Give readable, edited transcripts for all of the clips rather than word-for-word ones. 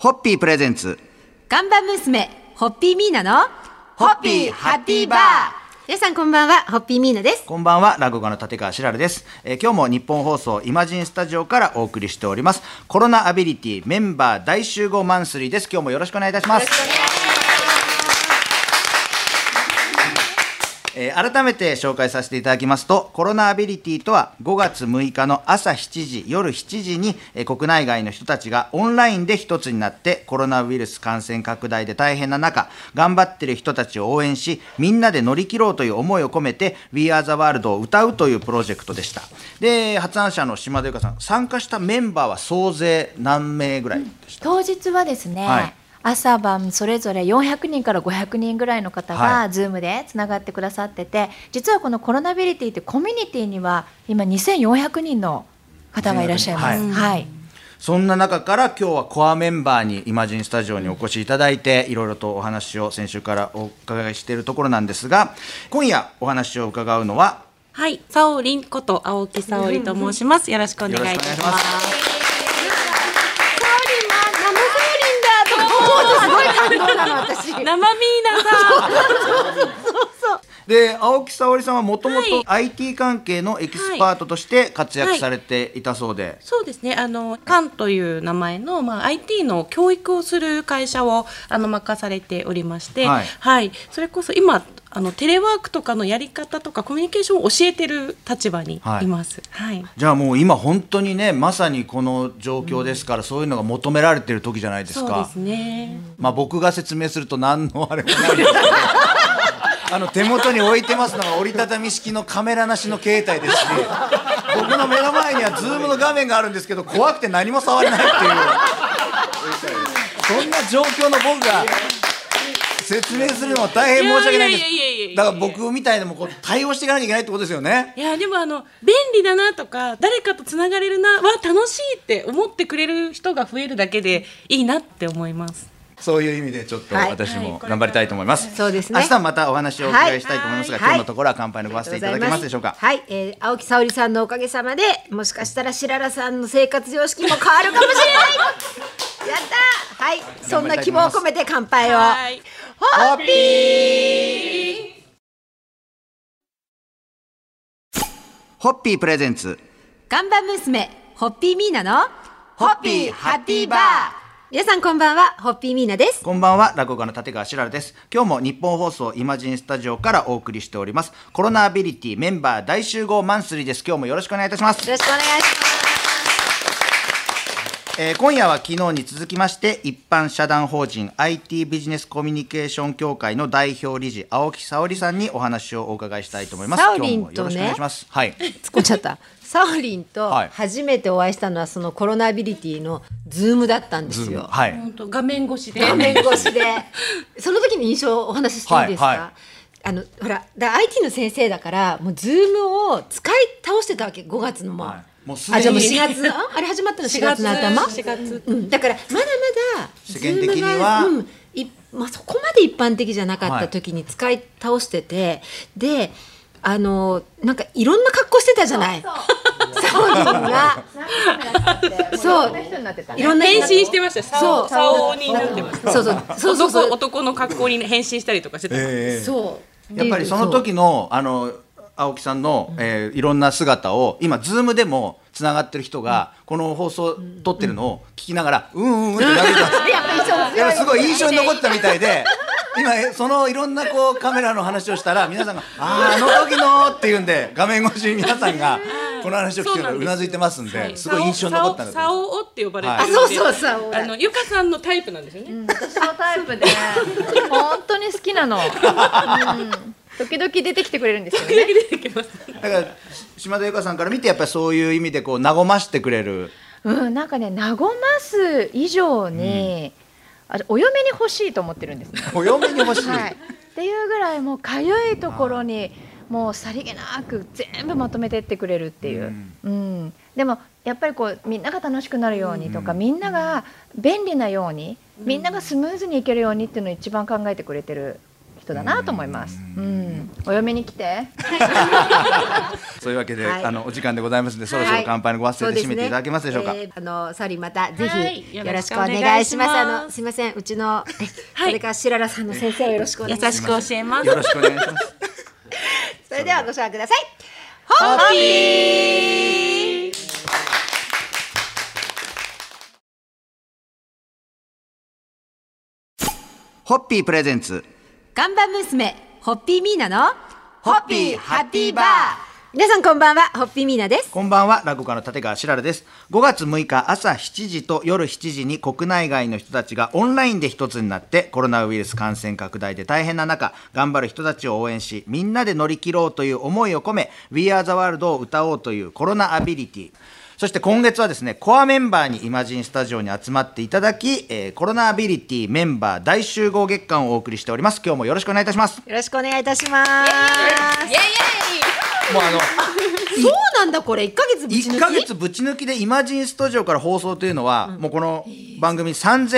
ホッピープレゼンツ看板娘ホッピーミーナのホッピーハッピーバー。 皆さんこんばんは、ホッピーミーナです。 こんばんは、落語家の立川しらるです。今日も日本放送イマジンスタジオからお送りしております。コロナアビリティメンバー大集合マンスリーです。今日もよろしくお願いいたします。改めて紹介させていただきますと、コロナアビリティとは5月6日の朝7時夜7時に、国内外の人たちがオンラインで一つになってコロナウイルス感染拡大で大変な中頑張っている人たちを応援し、みんなで乗り切ろうという思いを込めて We Are the World を歌うというプロジェクトでした。で、発案者の島田由香さん、参加したメンバーは総勢何名ぐらいでした？ 当日はですね、はい、朝晩それぞれ400人から500人ぐらいの方が Zoom でつながってくださってて、実はこのコロナアビリティってコミュニティには今2400人の方がいらっしゃいます。はい、 そんな中から今日はコアメンバーにイマジンスタジオにお越しいただいて、いろいろとお話を先週からお伺いしているところなんですが、今夜お話を伺うのは、 はい、さおりんこと青木さおりと申します。よろしくお願いいたします。 生ミーナさんで、青木さおりさんはもともと IT 関係のエキスパートとして活躍されていたそうで、 そうですね、カンという名前の、IT の教育をする会社を任されておりまして、それこそ今テレワークとかのやり方とかコミュニケーションを教えてる立場にいます。 じゃあもう今本当にね、まさにこの状況ですから、そういうのが求められている時じゃないですか。 そうですね。 僕が説明すると何のあれもないですけど手元に置いてますのが折りたたみ式のカメラなしの携帯ですし、僕の目の前にはズームの画面があるんですけど、怖くて何も触れないっていうそんな状況の僕が説明するのは大変申し訳ないんです。だから僕みたいでも対応していかなきゃいけないってことですよね。 いやでも便利だなとか誰かとつながれるなは楽しいって思ってくれる人が増えるだけでいいなって思います。 そういう意味でちょっと私も頑張りたいと思います。 そうですね。 明日またお話をお伺いしたいと思いますが、今日のところは乾杯のごわせていただけますでしょうか。 はい、青木さおりさんのおかげさまで、もしかしたら白良さんの生活様式も変わるかもしれないやったー。はい、そんな希望を込めて乾杯を。ホッピーホッピープレゼンツ看板娘ホッピーミーナのホッピーハッピーバー。 皆さんこんばんは、ホッピーミーナです。 こんばんは、落語家の立川しらるです。今日も日本放送イマジンスタジオからお送りしておりますコロナアビリティメンバー大集合マンスリーです。今日もよろしくお願いいたします。 よろしくお願いします。 今夜は昨日に続きまして、一般社団法人 IT ビジネスコミュニケーション協会の代表理事青木さおりさんにお話をお伺いしたいと思います。 さおりんとね、 今日もよろしくお願いします。はい、 突っ込んじゃったさおりんと初めてお会いしたのはそのコロナアビリティのズームだったんですよ。 本当画面越しでその時の印象をお話ししていいですか。ほらIT の先生だからもうズームを使い倒してたわけ。5月のもうじゃあもう4月あれ始まったの4月の頭。 4月、 だからまだまだ世間的にはそこまで一般的じゃなかった時に使い倒してて、でなんかいろんな格好してたじゃない。サオリンがそういろんな変身してました。サオになってました。そう男の格好に変身したりとかしてた。 そうやっぱりその時の青木さんの、いろんな姿を今ズームでもつながってる人が、この放送撮ってるのを聞きながらって投げてます。やっぱすごい印象に残ったみたいで、今そのいろんなカメラの話をしたら皆さんがあの時のって言うんで、画面越しに皆さんがこの話を聞くのうなずいてますんで、すごい印象に残ったんです。 サオって呼ばれてるんで、ゆかさんのタイプなんですよね。 私のタイプで本当に好きなの。時々出てきてくれるんですよね。 だから島田由香さんから見て、やっぱりそういう意味で和ましてくれる。 なんかね、和ます以上に、お嫁に欲しいと思ってるんですね。 お嫁に欲しい、 っていうぐらいもうかゆいところにもうさりげなく全部まとめてってくれるっていう、でもやっぱりみんなが楽しくなるようにとか、みんなが便利なように、みんながスムーズにいけるようにっていうのを一番考えてくれてる人だなと思います。お嫁に来てそういうわけで、 はい、 お時間でございますので、そろそろ乾杯のご発声で締めていただけますでしょうか。 サリーまたぜひよろしくおはい願いします。すいません、うちのそれから白良さんの先生をよろしくお願いします。 優しく教えます。 よろしくお願いしますそれではご紹介ください。 ホッピー。 ホッピープレゼンツ看板娘ホッピーミーナのホッピーハッピーバー。 皆さんこんばんは、ホッピーミーナです。 こんばんは、落語家の立川しららです。5月6日朝7時と夜7時に国内外の人たちがオンラインで一つになってコロナウイルス感染拡大で大変な中頑張る人たちを応援し、みんなで乗り切ろうという思いを込め We Are the World を歌おうというコロナアビリティ。そして今月はですね、コアメンバーにイマジンスタジオに集まっていただき、コロナアビリティメンバー大集合月間をお送りしております。今日もよろしくお願いいたします。 よろしくお願いいたします。 イエイイエイ。 もうそうなんだ、これ1ヶ月ぶち抜き。 1ヶ月ぶち抜きでイマジンスタジオから放送というのは、もうこの番組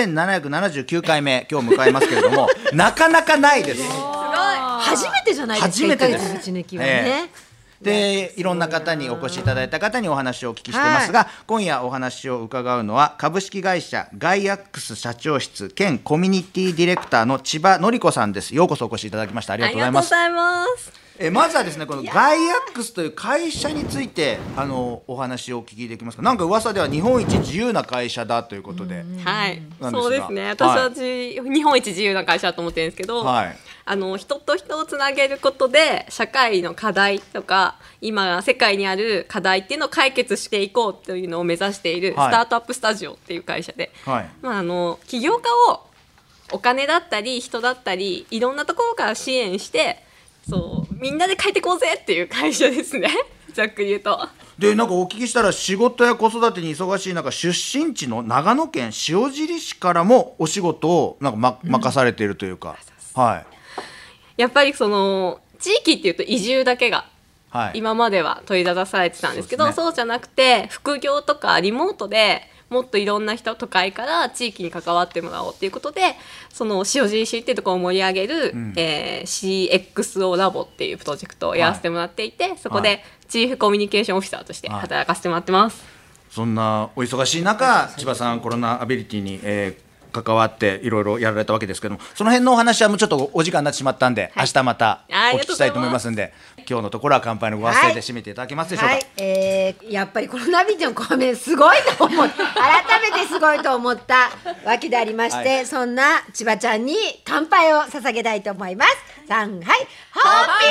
3779回目今日迎えますけれどもなかなかないです。すごい初めてじゃないですか。 初めてです。 1ヶ月ぶち抜きはね。 でいろんな方にお越しいただいた方にお話をお聞きしてますが、今夜お話を伺うのは株式会社ガイアックス社長室兼コミュニティディレクターの千葉典子さんです。ようこそお越しいただきました。ありがとうございます。 ありがとうございます。 まずはですね、このガイアックスという会社についてお話をお聞きできますか。なんか噂では日本一自由な会社だということで、 はい、 なんですがそうですね。私は日本一自由な会社だと思ってるんですけど、 はい、 人と人をつなげることで社会の課題とか今世界にある課題っていうのを解決していこうというのを目指しているスタートアップスタジオっていう会社で、はい、起業家をお金だったり人だったりいろんなところから支援してそうみんなで変えていこうぜっていう会社ですねざっくり言うと。 でなんかお聞きしたら仕事や子育てに忙しい中出身地の長野県塩尻市からもお仕事をなんか、任されているというか、はい、 やっぱりその地域っていうと移住だけが今までは取り沙汰されてたんですけど、そうじゃなくて副業とかリモートでもっといろんな人都会から地域に関わってもらおうということでその塩尻市っていうところを盛り上げる、CXO ラボっていうプロジェクトをやらせてもらっていて、そこでチーフコミュニケーションオフィサーとして働かせてもらってます。 そんなお忙しい中千葉さんコロナアビリティに、関わっていろいろやられたわけですけども、その辺のお話はもうちょっとお時間になってしまったんで、明日またお聞きしたいと思いますんで、今日のところは乾杯のご発声で締めていただけますでしょうか。 やっぱりコロナビジョンコメンすごいと思って改めてすごいと思ったわけでありまして、そんな千葉ちゃんに乾杯を捧げたいと思います。3、はい、ホッピ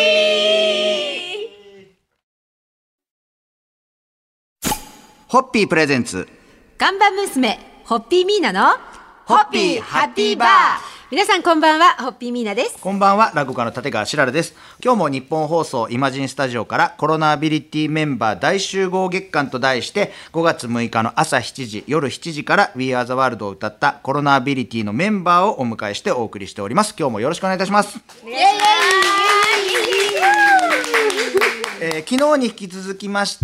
ーホッピープレゼンツ看板娘ホッピーミーナのホッピーハッピーバー。 皆さんこんばんは、ホッピーミーナです。 こんばんは、落語家の立川しららです。今日も日本放送イマジンスタジオからコロナアビリティメンバー大集合月間と題して5月6日の朝7時夜7時から We Are the World を歌ったコロナアビリティのメンバーをお迎えしてお送りしております。今日もよろしくお願いいたします。昨日に引き続きまして、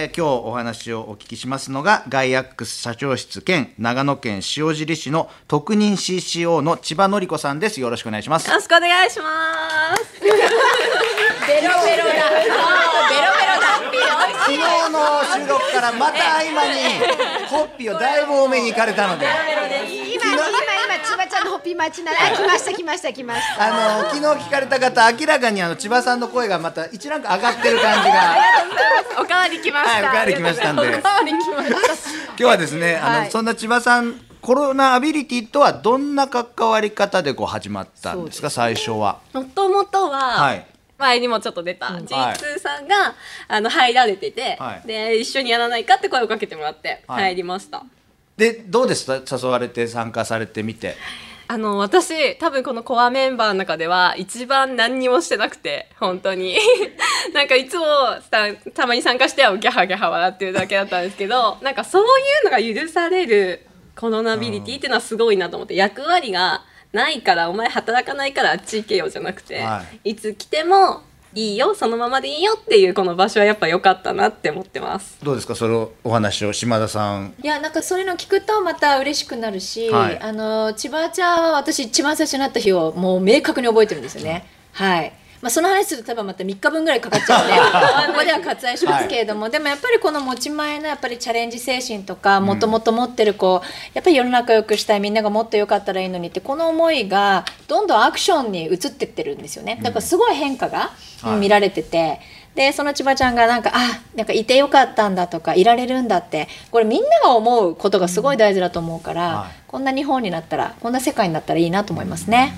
今日お話をお聞きしますのがガイアックス社長室兼長野県塩尻市の特任 CCO の千葉典子さんです。よろしくお願いします。 よろしくお願いしますベロベロだベロベロだ昨日の収録からまた合間にホッピーをだいぶ多めに行かれたので今千葉ちゃんのホッピー待ちなら来ました昨日聞かれた方明らかに千葉さんの声がまた一ランク上がってる感じがおかわり来ました、 はい、おかわり来ましたんで今日はですねそんな千葉さんコロナアビリティとはどんな関わり方で始まったんですか。最初はもともとは、前にもちょっと出た G2 さんが、入られてて、で一緒にやらないかって声をかけてもらって入りました。 でどうですか、誘われて参加されてみて。 私多分このコアメンバーの中では一番何にもしてなくて本当になんかいつもたまに参加してはギャハギャハ笑ってるだけだったんですけど、なんかそういうのが許されるコロナビリティっていうのはすごいなと思って、役割がないからお前働かないからあっち行けよじゃなくて、いつ来てもいいよ、そのままでいいよっていうこの場所はやっぱ良かったなって思ってます。 どうですか、そのお話を島田さん。 いや、なんかそういうの聞くとまた嬉しくなるし、 はい、 千葉ちゃんは私一番最初になった日をもう明確に覚えてるんですよね。はい。まあ、その話すると多分また3日分ぐらいかかっちゃうのでここでは割愛しますけれども、でもやっぱりこの持ち前のやっぱりチャレンジ精神とか、もともと持ってるこうやっぱり世の中良くしたい、みんながもっと良かったらいいのにって、この思いがどんどんアクションに移ってってるんですよね。だからすごい変化が見られてて、でその千葉ちゃんがなんかいてよかったんだとか、いられるんだって、これみんなが思うことがすごい大事だと思うから、こんな日本になったら、こんな世界になったらいいなと思いますね。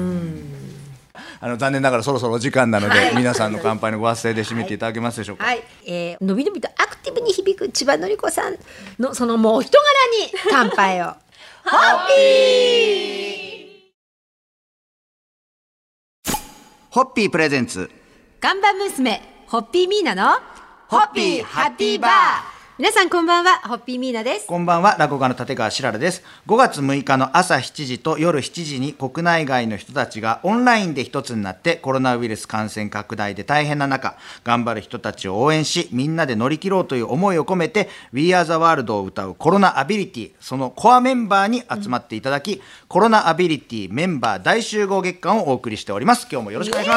残念ながらそろそろお時間なので、皆さんの乾杯のご発声で締めていただけますでしょうか。 はい、のびのびとアクティブに響く千葉のり子さんのそのもう人柄に乾杯をホッピーホッピープレゼンツ看板娘ホッピーミーナのホッピーハッピーバー。皆さんこんばんは、ホッピーミーナです。 こんばんは、落語家の立川しららです。5月6日の朝7時と夜7時に国内外の人たちがオンラインで一つになってコロナウイルス感染拡大で大変な中、頑張る人たちを応援し、みんなで乗り切ろうという思いを込めて We Are the World を歌うコロナアビリティ、そのコアメンバーに集まっていただき、コロナアビリティメンバー大集合月間をお送りしております。今日もよろしくお願いします。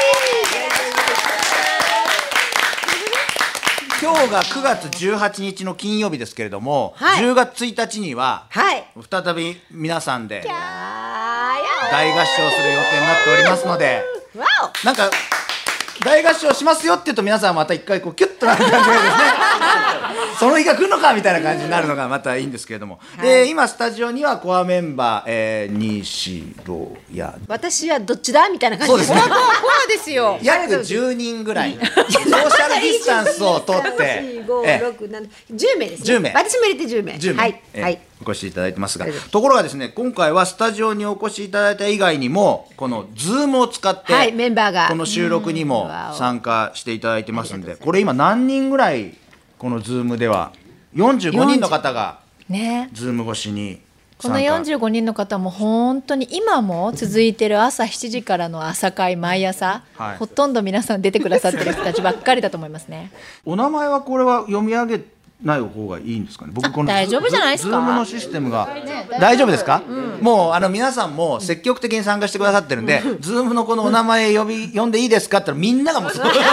今日が9月18日の金曜日ですけれども、10月1日には再び皆さんで大合唱する予定になっておりますので、なんか大合唱しますよって言うと皆さんまた一回こうキュッとなる感じがですねその日が来るのかみたいな感じになるのがまたいいんですけれども、今スタジオにはコアメンバー、西野や私はどっちだみたいな感じです。 そうですね、 コアですよ。 約10人ぐらいソーシャルディスタンスをとって 10名ですね。 10名、 私も入れて10名、 10名、 はい、 お越しいただいてますが、ところがですね、今回はスタジオにお越しいただいた以外にもこの Zoom を使って、 メンバーがこの収録にも参加していただいてますので、これ今何人ぐらいこの Zoom では45人の方が Zoom 越しにこの45人の方も本当に今も続いてる朝7時からの朝会毎朝、ほとんど皆さん出てくださってる人たちばっかりだと思いますね。 お名前はこれは読み上げない方がいいんですかね。僕この大丈夫じゃないですか。 Zoom のシステムが大丈夫ですか。もう皆さんも積極的に参加してくださってるんで、Zoom のこのお名前呼んでいいですかって言ったらみんながもう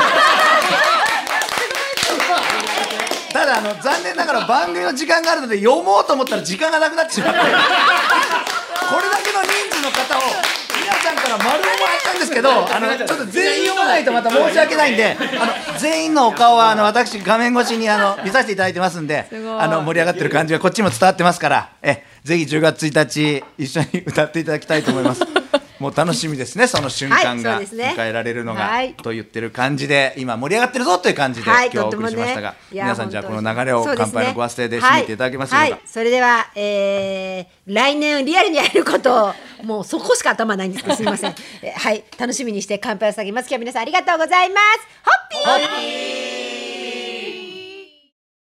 ただ残念ながら番組の時間があるので読もうと思ったら時間がなくなってしまってこれだけの人数の方を皆さんから丸をもらったんですけど、ちょっと全員読まないとまた申し訳ないんで、全員のお顔は私画面越しに見させていただいてますんで、盛り上がってる感じがこっちも伝わってますから、ぜひ10月1日一緒に歌っていただきたいと思います。もう楽しみですね、その瞬間が迎えられるのが、と言ってる感じで今盛り上がってるぞという感じで今日お送りしましたが、皆さんじゃあこの流れを乾杯のご発声で締めていただけますでしょうか。 それでは、来年リアルにやることをもうそこしか頭ないんですけどすみません、楽しみにして乾杯を下げます。今日は皆さんありがとうございます。ホッピー